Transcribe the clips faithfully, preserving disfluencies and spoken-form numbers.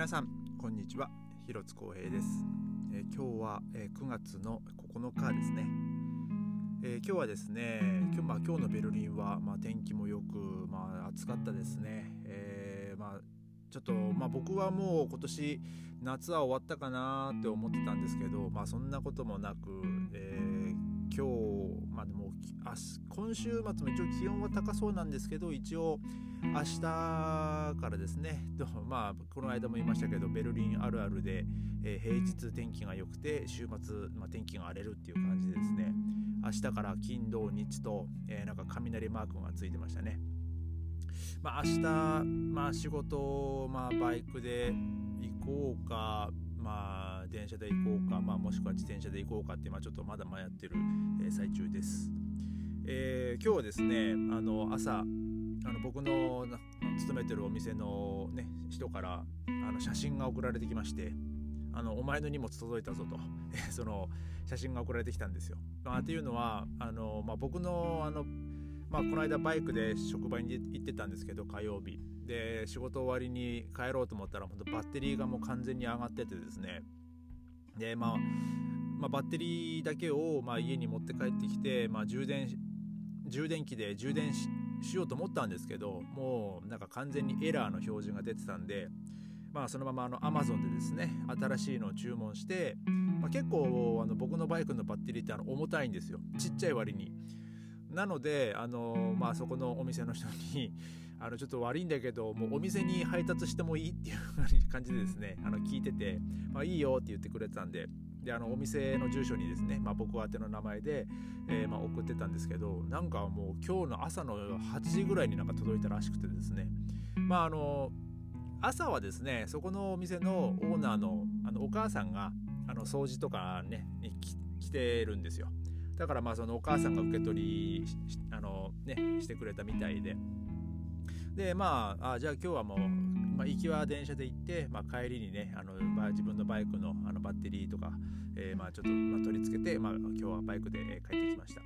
皆さんこんにちは、広津光平です。えー、今日は、えー、くがつのここのかですね。えー、今日はですね今日、まあ、今日のベルリンは、まあ、天気もよく、まあ、暑かったですね。えーまあ、ちょっと、まあ、僕はもう今年夏は終わったかなって思ってたんですけど、まあ、そんなこともなく、えー、今日、まあ、でも今週末も一応気温は高そうなんですけど、一応明日からですね、まあ、この間も言いましたけど、ベルリンあるあるで、えー、平日天気が良くて週末、まあ、天気が荒れるっていう感じでですね、明日から金土日と、えー、なんか雷マークがついてましたね。まあ、明日、まあ、仕事、まあ、バイクで行こうか、まあ、電車で行こうか、まあ、もしくは自転車で行こうかって、まあ、ちょっとまだ迷ってる、えー、最中です。えー、今日はですね、あの朝あの僕の勤めてるお店の、ね、人からあの写真が送られてきまして、あのお前の荷物届いたぞとその写真が送られてきたんですよ。まあ、っていうのはあの、まあ、僕のあの、まあ、この間バイクで職場に行ってたんですけど、火曜日で仕事終わりに帰ろうと思ったら本当バッテリーがもう完全に上がっててですね、で、まあまあ、バッテリーだけを、まあ、家に持って帰ってきて、まあ、充電充電器で充電 し, しようと思ったんですけど、もうなんか完全にエラーの表示が出てたんで、まあ、そのままあの Amazon でですね新しいのを注文して、まあ、結構あの僕のバイクのバッテリーってあの重たいんですよ、ちっちゃい割に。なのであの、まあ、そこのお店の人にあのちょっと悪いんだけどもうお店に配達してもいいっていう感じでですねあの聞いてて、まあ、いいよって言ってくれてたんで、であのお店の住所にですね、まあ、僕宛ての名前で、えーまあ、送ってたんですけど、なんかもう今日の朝のはちじぐらいになんか届いたらしくてですね、まああの朝はですねそこのお店のオーナーの、あのお母さんがあの掃除とかねに来てるんですよ。だからまあそのお母さんが受け取りあの、ね、してくれたみたいで、でまあ、あじゃあ今日はもう、まあ、行きは電車で行って、まあ、帰りにねあの自分のバイクの、あのバッテリーとか、えー、まあちょっと、まあ、取り付けて、まあ、今日はバイクで帰ってきました。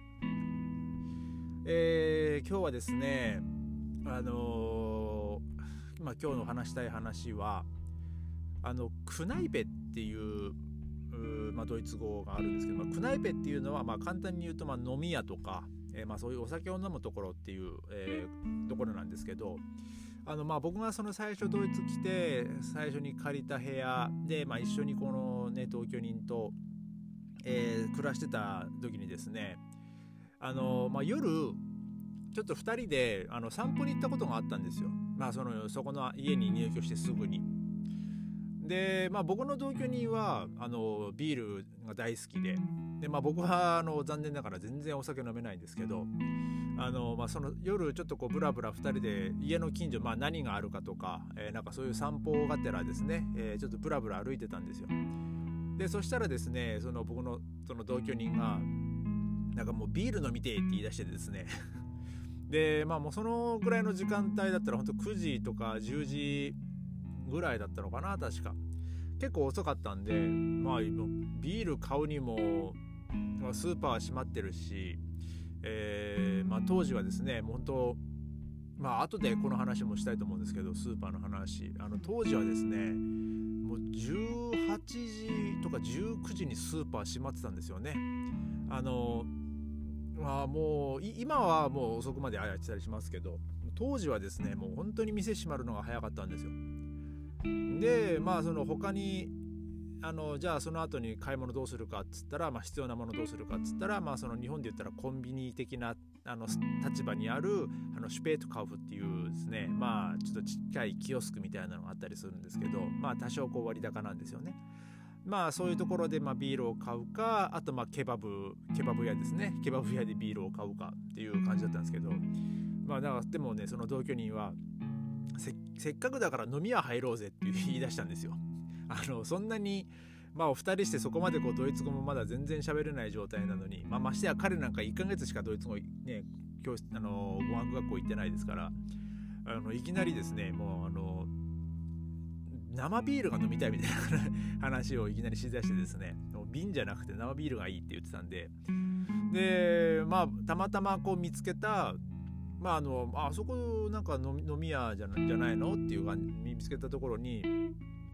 えー、今日はですねあのーまあ、今日の話したい話はあのクナイペっていうまあ、ドイツ語があるんですけど、まあ、クナイペっていうのは、まあ、簡単に言うと、まあ、飲み屋とか、えーまあ、そういうお酒を飲むところっていう、えー、ところなんですけど、あの、まあ、僕がその最初ドイツ来て最初に借りた部屋で、まあ、一緒にこの、ね、同居人と、えー、暮らしてた時にですね、あの、まあ、夜ちょっとふたりであの散歩に行ったことがあったんですよ。まあ、そのそこの家に入居してすぐに。で、まあ、僕の同居人はあのビールが大好きで、で、まあ、僕はあの残念ながら全然お酒飲めないんですけど、あの、まあ、その夜ちょっとこうブラブラふたりで家の近所、まあ、何があるかとか、えー、なんかそういう散歩がてらですね、えー、ちょっとブラブラ歩いてたんですよ。でそしたらですねその僕のその同居人がなんかもうビール飲みてえって言い出してですねで、まあ、もうそのぐらいの時間帯だったら本当くじとかじゅうじぐらいだったのかな、確か結構遅かったんで、まあ、ビール買うにもスーパーは閉まってるし、えーまあ、当時はですね本当まあ後でこの話もしたいと思うんですけど、スーパーの話、あの当時はですねもうじゅうはちじとかじゅうくじにスーパー閉まってたんですよね。あのまあもう今はもう遅くまであやってたりしますけど、当時はですねもう本当に店閉まるのが早かったんですよ。でまあその他にあのじゃあその後に買い物どうするかっつったら、まあ、必要なものどうするかっつったら、まあ、その日本で言ったらコンビニ的なあの立場にあるあのシュペートカウフっていうですね、まあちょっとちっちゃいキオスクみたいなのがあったりするんですけど、まあ多少こう割高なんですよね。まあそういうところでまあビールを買うか、あとまあケバブケバブ屋ですね、ケバブ屋でビールを買うかっていう感じだったんですけど、まあだからでもねその同居人はせ, せっかくだから飲み屋入ろうぜって言い出したんですよ。あのそんなにまあお二人してそこまでこうドイツ語もまだ全然喋れない状態なのに、まあ、ましてや彼なんかいっかげつしかドイツ語ね教室あの語学学校行ってないですから、あのいきなりですねもうあの生ビールが飲みたいみたいな話をいきなりしだしてですね、瓶じゃなくて生ビールがいいって言ってたんで、でまあたまたまこう見つけたまああのあそこなんか飲み、飲み屋じゃな、じゃないのっていう感じ見つけたところに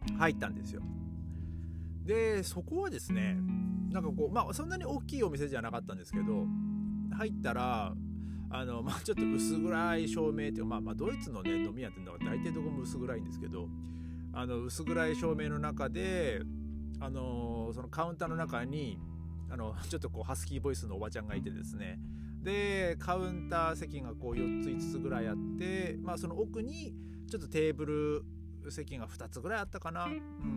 入ったんですよ。でそこはですね、なんかこうまあそんなに大きいお店じゃなかったんですけど、入ったらあの、まあ、ちょっと薄暗い照明っていうか、まあ、まあドイツのね飲み屋っていうのは大体どこも薄暗いんですけど、あの薄暗い照明の中で、あのそのカウンターの中にあのちょっとこうハスキーボイスのおばちゃんがいてですね、でカウンター席がこうよっついつつぐらいあって、まあ、その奥にちょっとテーブル席がふたつぐらいあったかな、うん、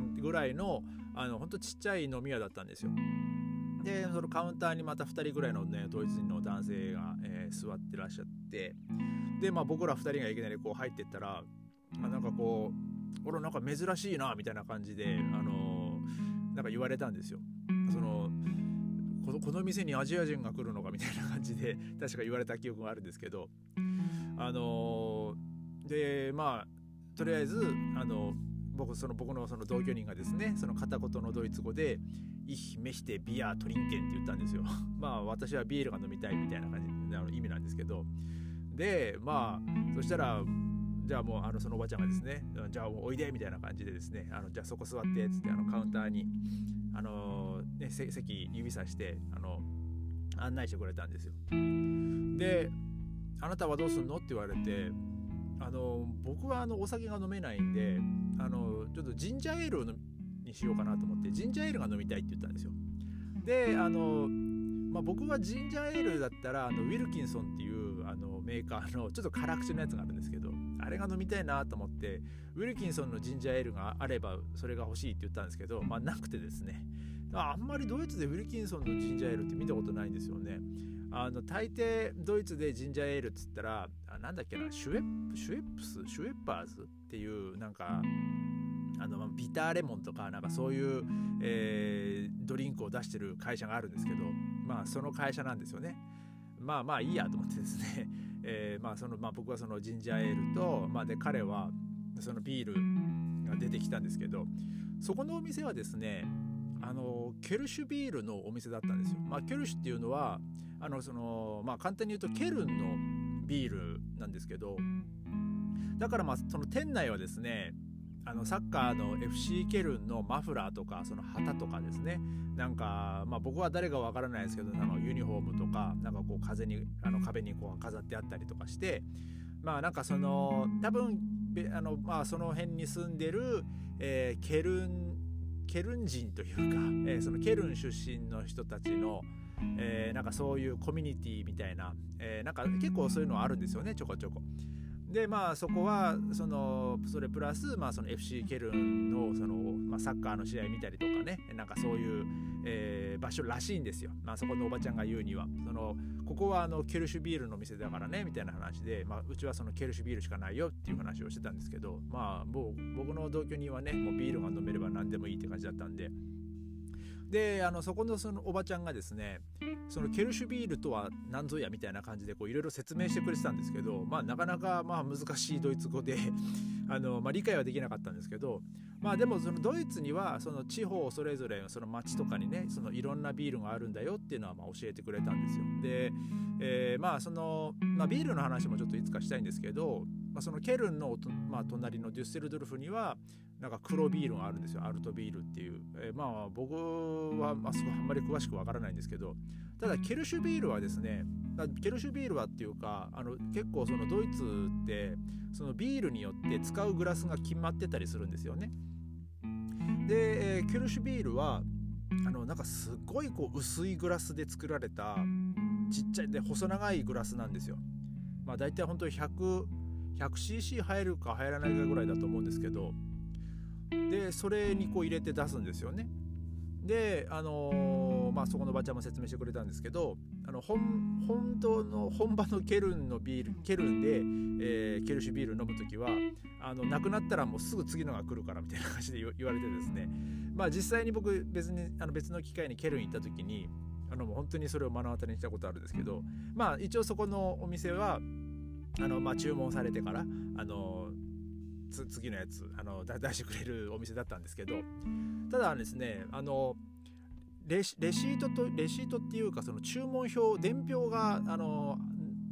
ぐらいのあのほんとちっちゃい飲み屋だったんですよ。でそのカウンターにまたふたりぐらいのねドイツ人の男性が、えー、座ってらっしゃって、で、まあ、僕らふたりがいきなりこう入ってったら、あなんかこう俺なんか珍しいなみたいな感じで、あのー、なんか言われたんですよ。そのこの、この店にアジア人が来るのかみたいな感じで確か言われた記憶があるんですけど、あのー、でまあとりあえずあの僕その僕のその同居人がですね、その片言のドイツ語でIch möchte Bier trinkenって言ったんですよ。まあ私はビールが飲みたいみたいな感じの意味なんですけど、でまあそしたらじゃあもうあのそのおばちゃんがですね、じゃあもうおいでみたいな感じでですね、あのじゃあそこ座ってっつってあのカウンターにあの、ね、席指さしてあの案内してくれたんですよ。であなたはどうすんのって言われて、あの僕はあのお酒が飲めないんで、あのちょっとジンジャーエールをにしようかなと思ってジンジャーエールが飲みたいって言ったんですよ。であの、まあ、僕はジンジャーエールだったらあのウィルキンソンっていうあのメーカーのちょっと辛口のやつがあるんですけど、あれが飲みたいなと思ってウィルキンソンのジンジャーエールがあればそれが欲しいって言ったんですけど、まあ、なくてですね、あんまりドイツでウィルキンソンのジンジャーエールって見たことないんですよね。あの大抵ドイツでジンジャーエールっつったらあなんだっけなシュエッシュエップスシュエッパーズっていうなんかあのビターレモンとかなんかそういう、えー、ドリンクを出してる会社があるんですけど、まあその会社なんですよね。まあまあいいやと思ってですね、えー、まあそのまあ僕はそのジンジャーエールと、まあ、で彼はそのビールが出てきたんですけど、そこのお店はですね、あのケルシュビールのお店だったんですよ。まあケルシュっていうのはあのそのまあ簡単に言うとケルンのビールなんですけど、だからまあその店内はですね、あのサッカーの エフシー ケルンのマフラーとかその旗とかですね、なんかまあ僕は誰かわからないですけど、あのユニフォームとかなんかこう風にあの壁にこう飾ってあったりとかして、まあなんかその多分あのまあその辺に住んでる、えー、ケルンケルン人というか、えー、そのケルン出身の人たちのえー、なんかそういうコミュニティみたいな、えー、なんか結構そういうのあるんですよね、ちょこちょこ。でまあそこはそのそれプラス、まあ、その エフシー ケルンの、その、まあ、サッカーの試合見たりとかね、なんかそういう、えー、場所らしいんですよ。まあそこのおばちゃんが言うには、そのここはあのケルシュビールの店だからねみたいな話で、まあ、うちはそのケルシュビールしかないよっていう話をしてたんですけど、まあもう僕の同居人はね、もうビールが飲めれば何でもいいって感じだったんで。であのそこのそのおばちゃんがですね、そのケルシュビールとは何ぞやみたいな感じでいろいろ説明してくれてたんですけど、まあなかなかまあ難しいドイツ語であの、まあ、理解はできなかったんですけど、まあでもそのドイツにはその地方それぞれその町とかにね、そのいろんなビールがあるんだよっていうのはまあ教えてくれたんですよ。で、えー、まあその、まあ、ビールの話もちょっといつかしたいんですけど、まあ、そのケルンの、まあ、隣のデュッセルドルフにはなんか黒ビールがあるんですよ、アルトビールっていう、えー、まあ僕はまあすごいあんまり詳しくわからないんですけど、ただケルシュビールはですね、ケルシュビールはっていうかあの結構そのドイツってそのビールによって使うグラスが決まってたりするんですよね。で、えー、ケルシュビールはあのなんかすごいこう薄いグラスで作られたちっちゃいで細長いグラスなんですよ。まあだいたい本当にひゃく ひゃくシーシー 入るか入らないかぐらいだと思うんですけど、でそれにこう入れて出すんですよね。であのー、まあそこのおばちゃんも説明してくれたんですけど、あの 本, 本当の本場のケルンのビールケルンで、えー、ケルシュビール飲むときはあのなくなったらもうすぐ次のが来るからみたいな感じで言われてですね、まあ実際に僕別にあの別の機会にケルン行った時にあのもう本当にそれを目の当たりにしたことあるんですけど、まあ一応そこのお店はあの、まあ、注文されてからあの次のやつあの出してくれるお店だったんですけど、ただですね、あのレシ、レシートとレシートっていうかその注文表伝票があの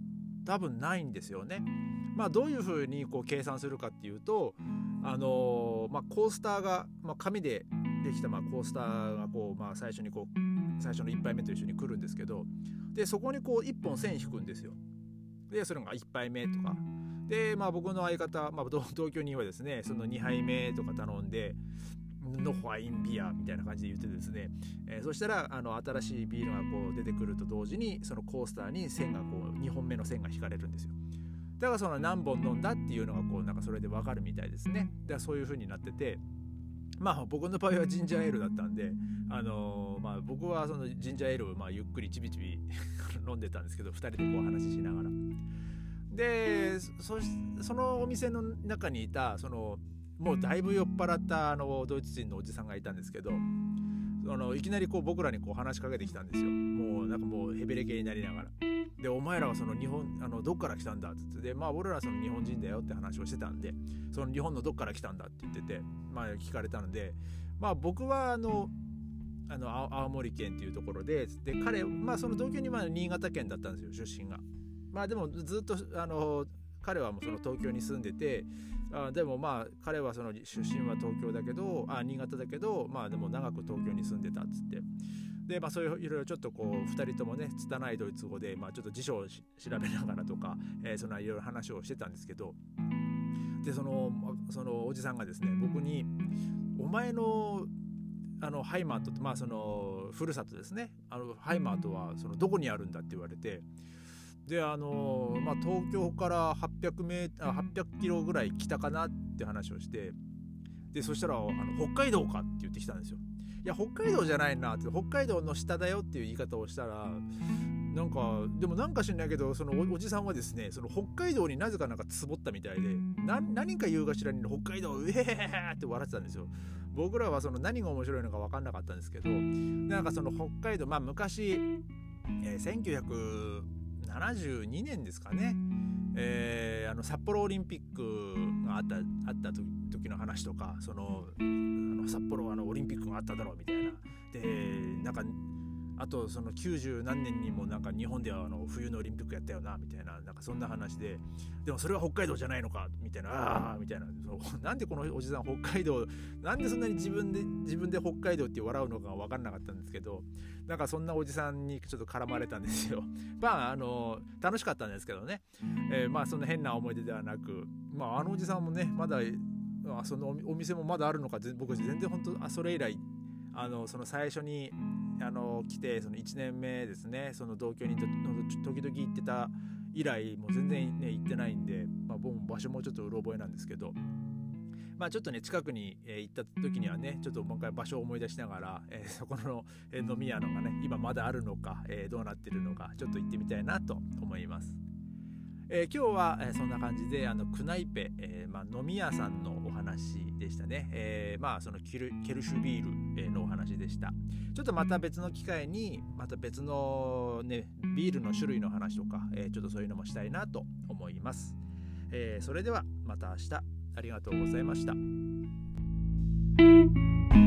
多分ないんですよね。まあどういうふうにこう計算するかっていうと、あのーまあ、コースターが、まあ、紙でできたまあコースターがこう、まあ、最初にこう最初のいっぱいめと一緒に来るんですけど、でそこにこういっぽん線引くんですよ。でそれがいっぱいめとかで、まあ、僕の相方、まあ、同居人はですねそのにはいめとか頼んでのファインビアみたいな感じで言ってですね、えー、そしたらあの新しいビールがこう出てくると同時にそのコースターに線がこうにほんめの線が引かれるんですよ。だからその何本飲んだっていうのがこうなんかそれで分かるみたいですね。だからそういう風になってて、まあ僕の場合はジンジャーエールだったんで、あのー、まあ僕はそのジンジャーエールをまあゆっくりちびちび飲んでたんですけど、ふたりでこう話しながらで そ, そのお店の中にいたそのもうだいぶ酔っ払ったあのドイツ人のおじさんがいたんですけど、あのいきなりこう僕らにこう話しかけてきたんですよ。もうなんかもうヘベレケになりながら、でお前らはその日本あのどっから来たんだって言って、でまあ俺らはその日本人だよって話をしてたんで、その日本のどっから来たんだって言ってて、まあ聞かれたので、まあ僕はあのあの青森県っていうところで、で彼まあその同居人は新潟県だったんですよ、出身が。まあでもずっとあの彼はもうその東京に住んでて、あでもまあ彼はその出身は東京だけどあ新潟だけど、まあでも長く東京に住んでたっつって、でまあそういういろいろちょっとこうふたりともね拙いドイツ語で、まあ、ちょっと辞書を調べながらとか、えー、そのいろいろ話をしてたんですけど、でそのそのおじさんがですね僕にお前のあのハイマートまあそのふるさとですね、あのハイマートはそのどこにあるんだって言われて、であのまあ、東京からはっぴゃくメートル、はっぴゃくキロぐらい来たかなって話をして、でそしたらあの北海道かって言ってきたんですよ。いや北海道じゃないなって、北海道の下だよっていう言い方をしたら、なんかでもなんか知んないけどその お, おじさんはですねその北海道になぜかなんかつぼったみたいで、な何か言うがしらに北海道うえーって笑ってたんですよ。僕らはその何が面白いのか分かんなかったんですけど、なんかその北海道まあ昔、えー、せんきゅうひゃくななじゅうにねんですかね、えー、あの札幌オリンピックがあったあった時の話とか、そのあの札幌あのオリンピックがあっただろうみたいな、でなんかあとそのきゅうじゅうなんねんにもなんか日本ではあの冬のオリンピックやったよなみたいな、なんかそんな話で、でもそれは北海道じゃないのかみたいな、ああみたいな、なんでこのおじさん北海道なんでそんなに自分で自分で北海道って笑うのか分かんなかったんですけど、なんかそんなおじさんにちょっと絡まれたんですよ。まああの楽しかったんですけどね、えー、まあそんな変な思い出ではなく、まああのおじさんもねまだそのお店もまだあるのか、僕全然本当あそれ以来あのその最初にあの来てそのいちねんめですね、その同居に時々行ってた以来もう全然ね行ってないんで、まあ、僕も場所もちょっとうろ覚えなんですけど、まあちょっとね近くに、えー、行った時にはねちょっともう一回場所を思い出しながら、えー、そこの、えー、飲み屋のがね今まだあるのか、えー、どうなってるのかちょっと行ってみたいなと思います。えー、今日は、えー、そんな感じであのクナイペ、えーまあ、飲み屋さんのお話でしたね。えー、まあそのケル、ケルシュビールのお話でした。ちょっとまた別の機会にまた別の、ね、ビールの種類の話とか、えー、ちょっとそういうのもしたいなと思います。えー、それではまた明日ありがとうございました。